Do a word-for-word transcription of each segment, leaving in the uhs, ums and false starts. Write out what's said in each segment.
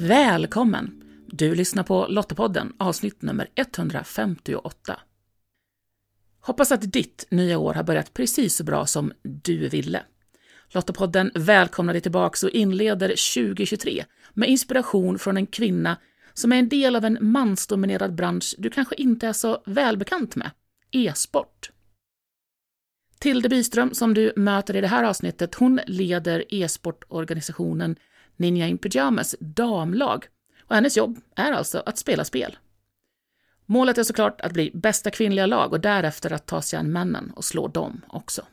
Välkommen! Du lyssnar på Lottapodden, avsnitt nummer etthundrafemtioåtta. Hoppas att ditt nya år har börjat precis så bra som du ville. Lottapodden välkomnar dig tillbaka och inleder tjugohundratjugotre med inspiration från en kvinna som är en del av en mansdominerad bransch du kanske inte är så välbekant med, e-sport. Tilde Byström, som du möter i det här avsnittet, hon leder e-sportorganisationen Ninja in Pyjamas damlag och hennes jobb är alltså att spela spel. Målet är såklart att bli bästa kvinnliga lag och därefter att ta sig an männen och slå dem också.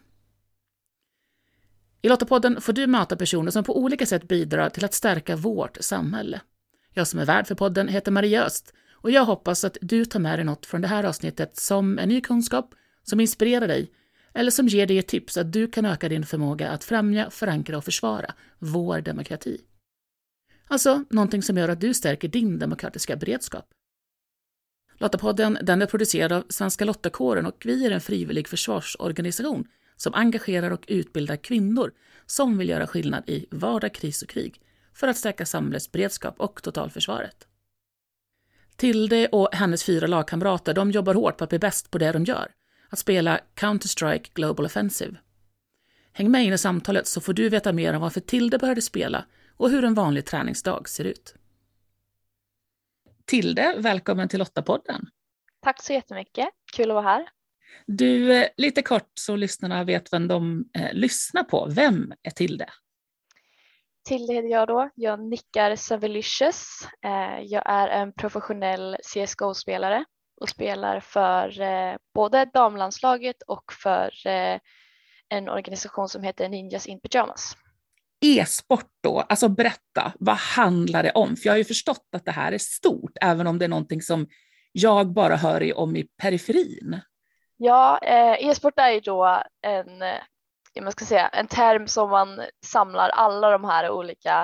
I Lottapodden får du möta personer som på olika sätt bidrar till att stärka vårt samhälle. Jag som är värd för podden heter Maria Öst och jag hoppas att du tar med dig något från det här avsnittet som en ny kunskap, som inspirerar dig eller som ger dig ett tips att du kan öka din förmåga att främja, förankra och försvara vår demokrati. Alltså någonting som gör att du stärker din demokratiska beredskap. Lottapodden, den är producerad av Svenska Lottakåren och vi är en frivillig försvarsorganisation som engagerar och utbildar kvinnor som vill göra skillnad i vardag, kris och krig för att stärka samhällets beredskap och totalförsvaret. Tilde och hennes fyra lagkamrater, de jobbar hårt på att bli bäst på det de gör, att spela Counter-Strike Global Offensive. Häng med in i samtalet så får du veta mer om varför Tilde började spela och hur en vanlig träningsdag ser ut. Tilde, välkommen till Lottapodden. Tack så jättemycket, kul att vara här. Du, lite kort så lyssnarna vet vem de eh, lyssnar på. Vem är Tilde? Tilde heter jag då, jag nickar Savelicious. Eh, jag är en professionell C S G O-spelare och spelar för eh, både damlandslaget och för eh, en organisation som heter Ninjas in Pyjamas. E-sport då, alltså berätta, vad handlar det om? För jag har ju förstått att det här är stort, även om det är någonting som jag bara hör om i periferin. Ja, eh, e-sport är ju då en, eh, jag ska säga, en term som man samlar alla de här olika,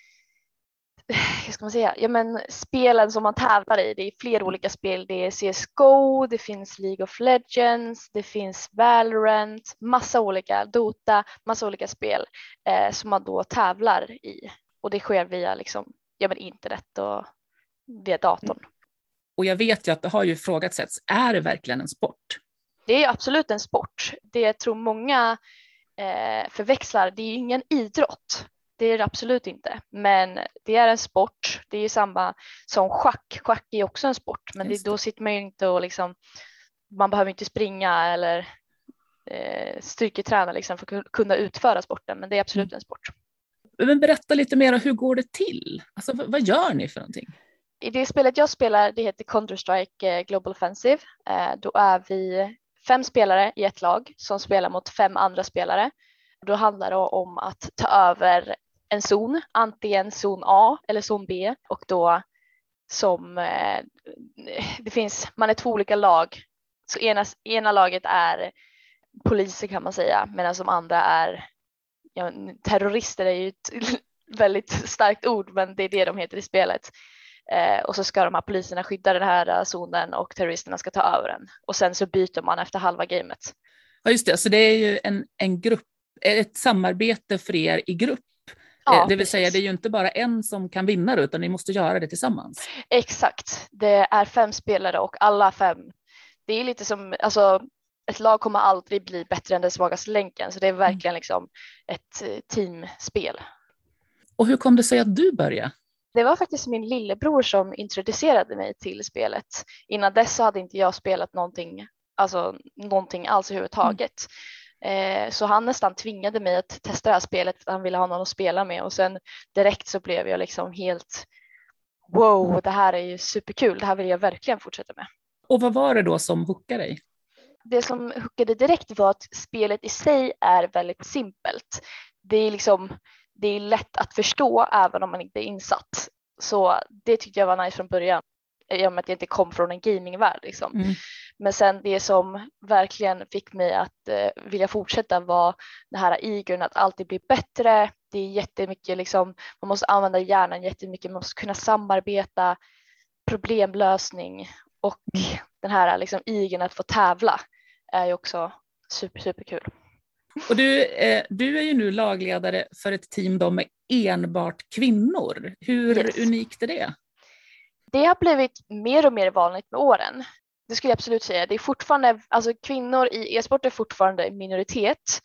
hur ska man säga, ja men spelen som man tävlar i. Det är fler olika spel, det är C S G O, det finns League of Legends, det finns Valorant, massa olika, Dota, massa olika spel eh, som man då tävlar i. Och det sker via liksom, ja men internet och via datorn. Och jag vet ju att det har ju ifrågasatts, är det verkligen en sport? Det är absolut en sport. Det jag tror många eh, förväxlar, det är ingen idrott. Det är det absolut inte, men det är en sport. Det är ju samma som schack. Schack är också en sport, men det, då sitter man ju inte och liksom, man behöver inte springa eller eh, styrketräna liksom för att kunna utföra sporten, men det är absolut en sport. Men berätta lite mer om hur går det till? Alltså, vad gör ni för någonting? I det spelet jag spelar, det heter Counter-Strike Global Offensive. Eh, då är vi fem spelare i ett lag som spelar mot fem andra spelare. Då handlar det om att ta över en zon, antingen zon A eller zon B, och då som eh, det finns, man är två olika lag. Så ena, ena laget är poliser kan man säga, medan som andra är, ja, terrorister är ju ett väldigt starkt ord, men det är det de heter i spelet. Eh, och så ska de här poliserna skydda den här zonen och terroristerna ska ta över den. Och sen så byter man efter halva gamet. Ja just det, så det är ju en, en grupp, ett samarbete för er i grupp. Ja, det vill precis. säga det är ju inte bara en som kan vinna utan ni måste göra det tillsammans. Exakt, det är fem spelare och alla fem, det är lite som, alltså ett lag kommer aldrig bli bättre än den svagaste länken, så det är verkligen liksom ett teamspel. Och hur kom det sig att du började? Det var faktiskt min lillebror som introducerade mig till spelet. Innan dess så hade inte jag spelat någonting, alltså någonting alls överhuvudtaget. Mm. Eh, så han nästan tvingade mig att testa det här spelet. Han ville ha någon att spela med och sen direkt så blev jag liksom helt wow, det här är ju superkul. Det här vill jag verkligen fortsätta med. Och vad var det då som hookade dig? Det som hookade direkt var att spelet i sig är väldigt simpelt. Det är liksom Det är lätt att förstå även om man inte är insatt. Så det tyckte jag var nice från början. I och med att jag inte kom från en gamingvärld. Liksom. Mm. Men sen det som verkligen fick mig att eh, vilja fortsätta var det här eagern att alltid bli bättre. Det är jättemycket liksom, man måste använda hjärnan jättemycket. Man måste kunna samarbeta, problemlösning och mm. den här liksom eagern att få tävla är ju också super, super kul. Och du, eh, du är ju nu lagledare för ett team då med enbart kvinnor. Hur Yes. unikt är det? Det har blivit mer och mer vanligt med åren. Det skulle jag absolut säga. Det är fortfarande, alltså kvinnor i e-sport är fortfarande en minoritet,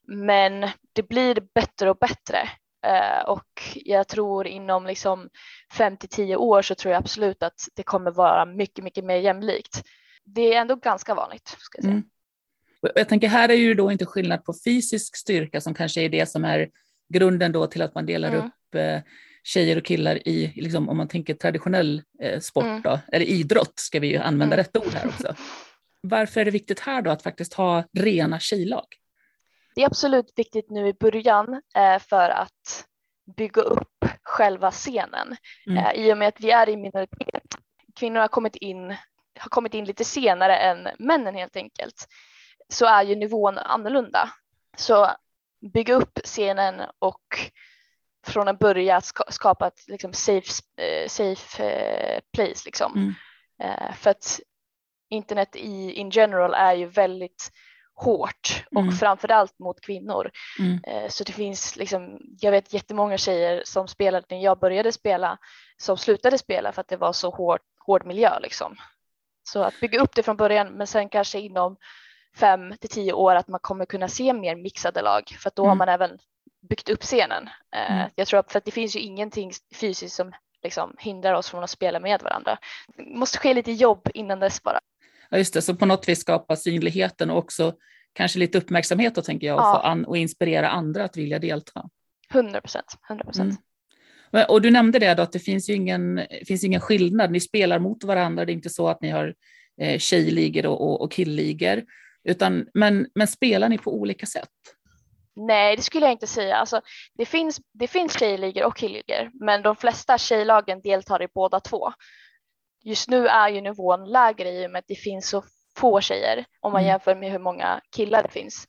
men det blir bättre och bättre. Uh, och jag tror inom liksom fem till tio år så tror jag absolut att det kommer vara mycket, mycket mer jämlikt. Det är ändå ganska vanligt, ska jag säga. Mm. Jag tänker, här är ju då inte skillnad på fysisk styrka som kanske är det som är grunden då till att man delar mm. upp eh, tjejer och killar i, liksom, om man tänker traditionell eh, sport mm. då, eller idrott ska vi ju använda mm. rätt ord här också. Varför är det viktigt här då att faktiskt ha rena tjejlag? Det är absolut viktigt nu i början eh, för att bygga upp själva scenen. Mm. Eh, I och med att vi är i minoritet. Kvinnor har kommit in, har kommit in lite senare än männen helt enkelt. Så är ju nivån annorlunda. Så bygga upp scenen och från en början ska, skapa ett liksom, safe, eh, safe eh, place. Liksom. Mm. Eh, för att internet i in general är ju väldigt hårt och mm. framförallt mot kvinnor. Mm. Eh, så det finns liksom, jag vet jättemånga tjejer som spelade när jag började spela som slutade spela för att det var så hård, hård miljö liksom. Så att bygga upp det från början, men sen kanske inom fem till tio år att man kommer kunna se mer mixade lag, för att då mm. har man även byggt upp scenen. Eh, mm. Jag tror att, för att det finns ju ingenting fysiskt som liksom hindrar oss från att spela med varandra. Det måste ske lite jobb innan dess bara. Ja just det, så på något vis skapa synligheten och också kanske lite uppmärksamhet då, tänker jag, och, ja. få an- och inspirera andra att vilja delta. hundra procent. hundra procent. Mm. Och du nämnde det då, att det finns ju ingen, finns ingen skillnad. Ni spelar mot varandra, det är inte så att ni har eh, tjejligor och, och, och killligor. Utan, men, men spelar ni på olika sätt? Nej, det skulle jag inte säga. Alltså, det finns, det finns tjejligor och killligor, men de flesta tjejlagen deltar i båda två. Just nu är ju nivån lägre i och med att det finns så få tjejer om man mm. jämför med hur många killar det finns.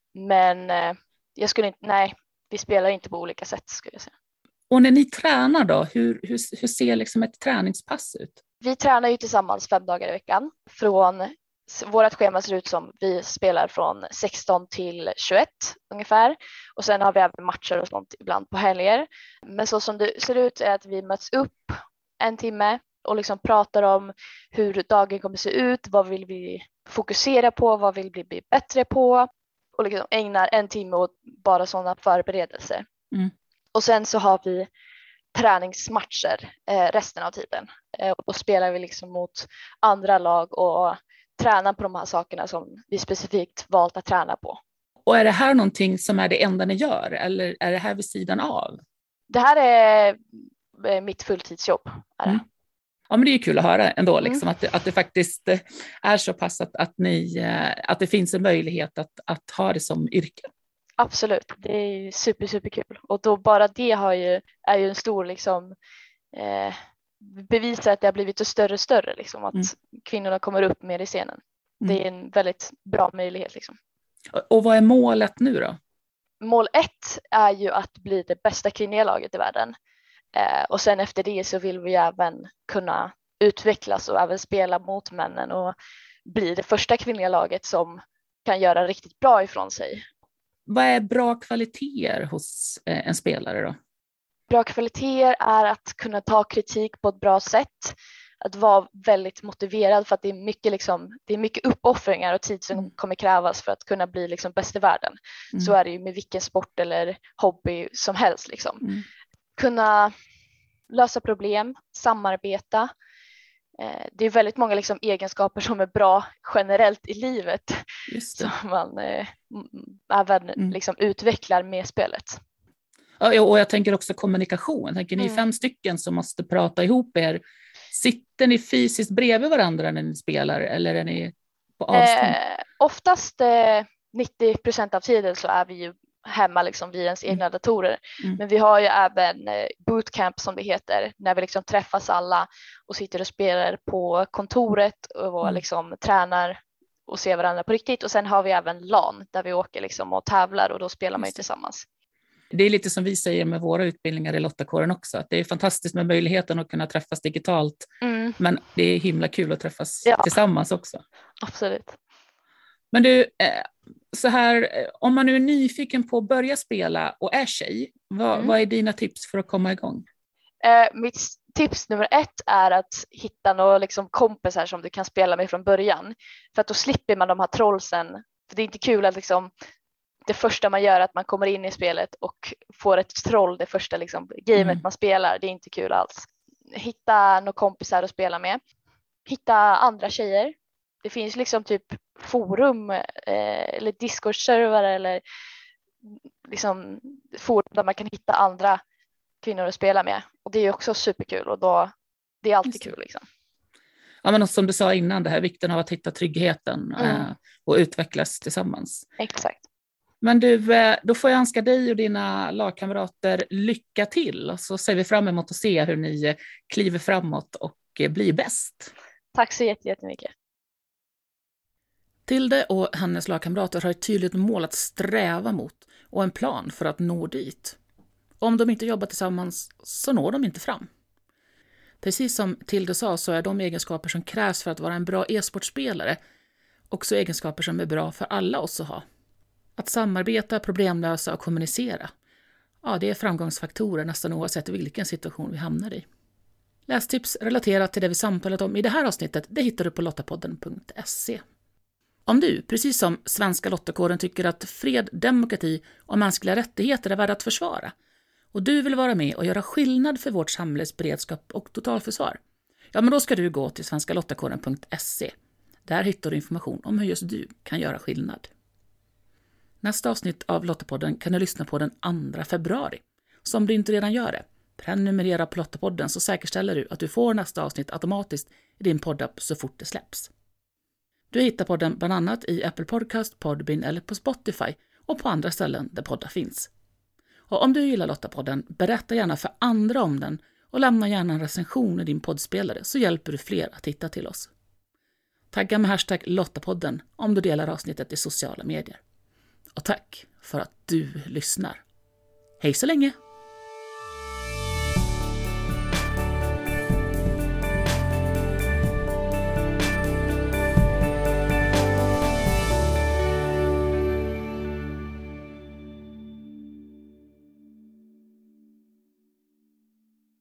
Men eh, jag skulle inte, nej, vi spelar inte på olika sätt skulle jag säga. Och när ni tränar då, hur, hur, hur ser liksom ett träningspass ut? Vi tränar ju tillsammans fem dagar i veckan. Från, vårat schema ser ut som vi spelar från sexton till tjugoett ungefär. Och sen har vi även matcher och sånt ibland på helger. Men så som det ser ut är att vi möts upp en timme och liksom pratar om hur dagen kommer se ut, vad vill vi fokusera på, vad vill vi bli bättre på, och liksom ägnar en timme åt bara sådana förberedelser. Mm. Och sen så har vi träningsmatcher eh, resten av tiden. Eh, och då spelar vi liksom mot andra lag och tränar på de här sakerna som vi specifikt valt att träna på. Och är det här någonting som är det enda ni gör, eller är det här vid sidan av? Det här är mitt fulltidsjobb. Är det. Mm. Ja, men det är ju kul att höra ändå, liksom, mm. att, det, att det faktiskt är så pass att, att, ni, att det finns en möjlighet att, att ha det som yrke. Absolut, det är ju super, super kul. Och då bara det har ju, är ju en stor liksom, eh, bevisar att det har blivit större och större, liksom, att mm. kvinnorna kommer upp mer i scenen. Mm. Det är en väldigt bra möjlighet. Liksom. Och, och vad är målet nu då? Mål ett är ju att bli det bästa kvinnliga laget i världen. Eh, och sen efter det så vill vi även kunna utvecklas och även spela mot männen och bli det första kvinnliga laget som kan göra riktigt bra ifrån sig. Vad är bra kvaliteter hos eh, en spelare då? Bra kvaliteter är att kunna ta kritik på ett bra sätt. Att vara väldigt motiverad, för att det är mycket, liksom, det är mycket uppoffringar och tid som mm. kommer krävas för att kunna bli liksom, bäst i världen. Mm. Så är det ju med vilken sport eller hobby som helst. Liksom. Mm. Kunna lösa problem, samarbeta. Eh, det är väldigt många liksom, egenskaper som är bra generellt i livet. Just det. Som man eh, även mm. liksom, utvecklar med spelet. Ja, och jag tänker också kommunikation. Tänker ni mm. fem stycken som måste prata ihop er. Sitter ni fysiskt bredvid varandra när ni spelar, eller är ni på avstånd? Eh, oftast eh, nittio procent av tiden så är vi ju hemma liksom, vid ens egna mm. datorer. Mm. Men vi har ju även eh, bootcamp som det heter, när vi liksom träffas alla och sitter och spelar på kontoret och mm. liksom, tränar och ser varandra på riktigt. Och sen har vi även LAN där vi åker liksom, och tävlar, och då spelar man ju tillsammans. Det är lite som vi säger med våra utbildningar i Lottakåren också, att det är fantastiskt med möjligheten att kunna träffas digitalt, mm. men det är himla kul att träffas ja. tillsammans också. Absolut. Men du, eh, Så här, om man nu är nyfiken på att börja spela och är tjej, vad, Mm. vad är dina tips för att komma igång? Eh, mitt tips nummer ett är att hitta några liksom kompisar som du kan spela med från början. För att då slipper man de här trollsen. För det är inte kul att liksom, det första man gör är att man kommer in i spelet och får ett troll det första liksom, gamet Mm. man spelar. Det är inte kul alls. Hitta några kompisar att spela med. Hitta andra tjejer. Det finns liksom typ forum eh, eller Discord-server eller liksom forum där man kan hitta andra kvinnor att spela med. Och det är också superkul och då, det är alltid kul liksom. Ja, men som du sa innan, det här vikten av att hitta tryggheten Mm. eh, och utvecklas tillsammans. Exakt. Men du, eh, då får jag önska dig och dina lagkamrater lycka till. Och så ser vi fram emot att se hur ni eh, kliver framåt och eh, blir bäst. Tack så jättemycket. Tilde och hennes lagkamrater har ett tydligt mål att sträva mot och en plan för att nå dit. Om de inte jobbar tillsammans så når de inte fram. Precis som Tilde sa så är de egenskaper som krävs för att vara en bra e-sportspelare också egenskaper som är bra för alla oss att ha. Att samarbeta, problemlösa och kommunicera. Ja, det är framgångsfaktorer nästan oavsett vilken situation vi hamnar i. Lästips relaterat till det vi samtalat om i det här avsnittet, det hittar du på lottapodden punkt se. Om du, precis som svenska lottakåren, tycker att fred, demokrati och mänskliga rättigheter är värda att försvara och du vill vara med och göra skillnad för vårt samhälles beredskap och totalförsvar, ja men då ska du gå till svenska lottakåren punkt se. Där hittar du information om hur just du kan göra skillnad. Nästa avsnitt av Lottapodden kan du lyssna på den andra februari. Så om du inte redan gör det, prenumerera på Lottapodden så säkerställer du att du får nästa avsnitt automatiskt i din poddapp så fort det släpps. Du hittar podden bland annat i Apple Podcast, Podbean eller på Spotify och på andra ställen där poddar finns. Och om du gillar Lottapodden, berätta gärna för andra om den och lämna gärna en recension i din poddspelare så hjälper du fler att hitta till oss. Tagga med hashtag Lottapodden om du delar avsnittet i sociala medier. Och tack för att du lyssnar. Hej så länge!